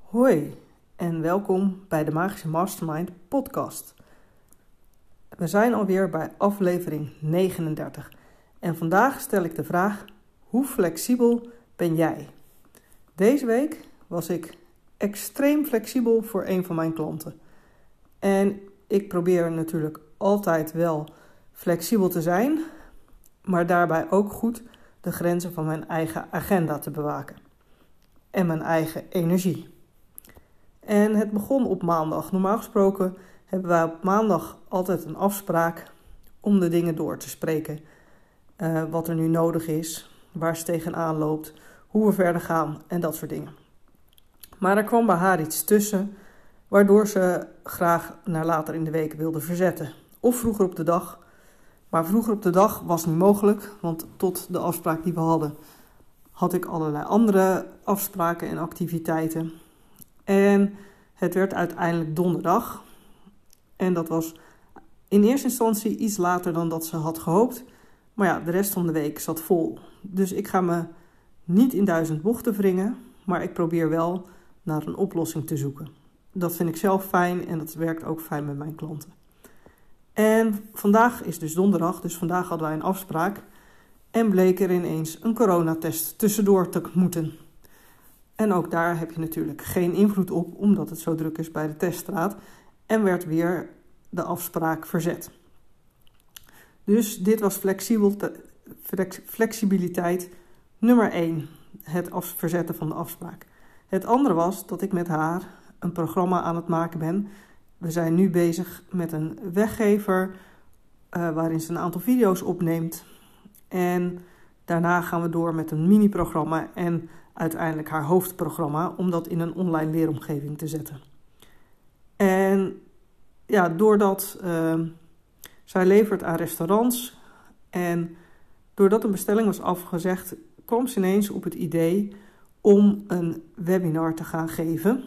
Hoi en welkom bij de Magische Mastermind podcast. We zijn alweer bij aflevering 39 en vandaag stel ik de vraag: hoe flexibel ben jij? Deze week was ik extreem flexibel voor een van mijn klanten. En ik probeer natuurlijk altijd wel flexibel te zijn, maar daarbij ook goed de grenzen van mijn eigen agenda te bewaken en mijn eigen energie. En het begon op maandag. Normaal gesproken hebben wij op maandag altijd een afspraak om de dingen door te spreken. Wat er nu nodig is, waar ze tegenaan loopt, hoe we verder gaan en dat soort dingen. Maar er kwam bij haar iets tussen, waardoor ze graag naar later in de week wilde verzetten. Of vroeger op de dag. Maar vroeger op de dag was niet mogelijk, want tot de afspraak die we hadden, had ik allerlei andere afspraken en activiteiten. En het werd uiteindelijk donderdag. En dat was in eerste instantie iets later dan dat ze had gehoopt. Maar ja, de rest van de week zat vol. Dus ik ga me niet in 1000 bochten wringen, maar ik probeer wel naar een oplossing te zoeken. Dat vind ik zelf fijn en dat werkt ook fijn met mijn klanten. En vandaag is dus donderdag, dus vandaag hadden wij een afspraak. En bleek er ineens een coronatest tussendoor te moeten. En ook daar heb je natuurlijk geen invloed op, omdat het zo druk is bij de teststraat. En werd weer de afspraak verzet. Dus dit was flexibiliteit nummer 1. Het verzetten van de afspraak. Het andere was dat ik met haar een programma aan het maken ben. We zijn nu bezig met een weggever waarin ze een aantal video's opneemt. En daarna gaan we door met een mini-programma en uiteindelijk haar hoofdprogramma om dat in een online leeromgeving te zetten. En ja, doordat zij levert aan restaurants en doordat een bestelling was afgezegd, kwam ze ineens op het idee om een webinar te gaan geven.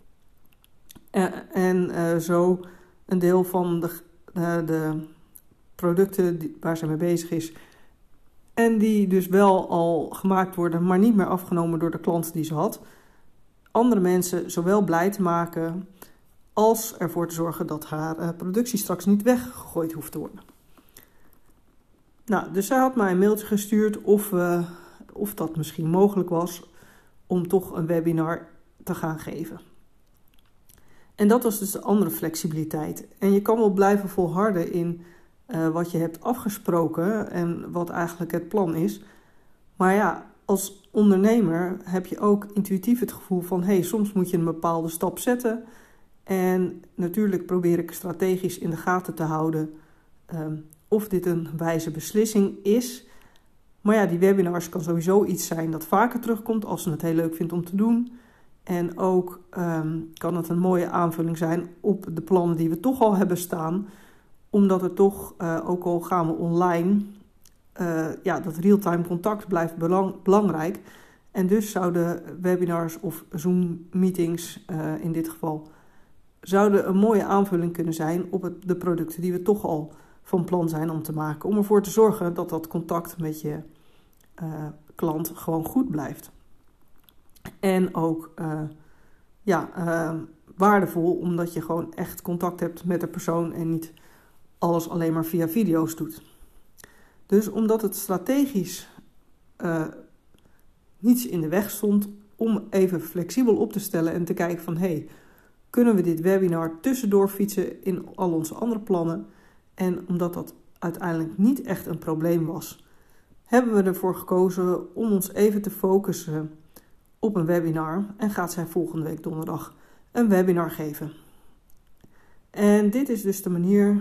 En zo een deel van de producten waar ze mee bezig is, en die dus wel al gemaakt worden, maar niet meer afgenomen door de klant die ze had, andere mensen zowel blij te maken als ervoor te zorgen dat haar productie straks niet weggegooid hoeft te worden. Nou, dus zij had mij een mailtje gestuurd of dat misschien mogelijk was om toch een webinar te gaan geven. En dat was dus de andere flexibiliteit. En je kan wel blijven volharden in wat je hebt afgesproken en wat eigenlijk het plan is. Maar ja, als ondernemer heb je ook intuïtief het gevoel van soms moet je een bepaalde stap zetten. En natuurlijk probeer ik strategisch in de gaten te houden of dit een wijze beslissing is. Maar ja, die webinars kan sowieso iets zijn dat vaker terugkomt als ze het heel leuk vindt om te doen. En ook kan het een mooie aanvulling zijn op de plannen die we toch al hebben staan. Omdat het toch, ook al gaan we online, dat real-time contact blijft belangrijk. En dus zouden webinars of Zoom-meetings in dit geval zouden een mooie aanvulling kunnen zijn op de producten die we toch al van plan zijn om te maken. Om ervoor te zorgen dat dat contact met je klant gewoon goed blijft. En ook waardevol, omdat je gewoon echt contact hebt met de persoon en niet alles alleen maar via video's doet. Dus omdat het strategisch niets in de weg stond om even flexibel op te stellen en te kijken van kunnen we dit webinar tussendoor fietsen in al onze andere plannen? En omdat dat uiteindelijk niet echt een probleem was, hebben we ervoor gekozen om ons even te focussen op een webinar en gaat zij volgende week donderdag een webinar geven. En dit is dus de manier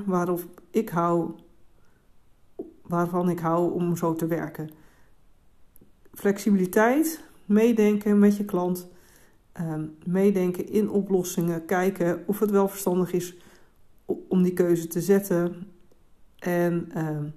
waarvan ik hou om zo te werken. Flexibiliteit, meedenken met je klant, meedenken in oplossingen, kijken of het wel verstandig is om die keuze te zetten. En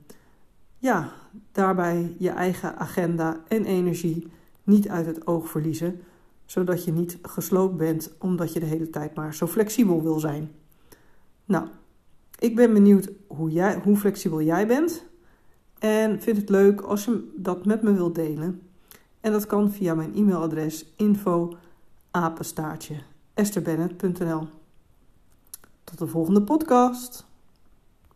daarbij je eigen agenda en energie niet uit het oog verliezen, zodat je niet gesloopt bent omdat je de hele tijd maar zo flexibel wil zijn. Nou, ik ben benieuwd hoe flexibel jij bent en vind het leuk als je dat met me wilt delen. En dat kan via mijn e-mailadres info@magische esterbennett.nl. Tot de volgende podcast.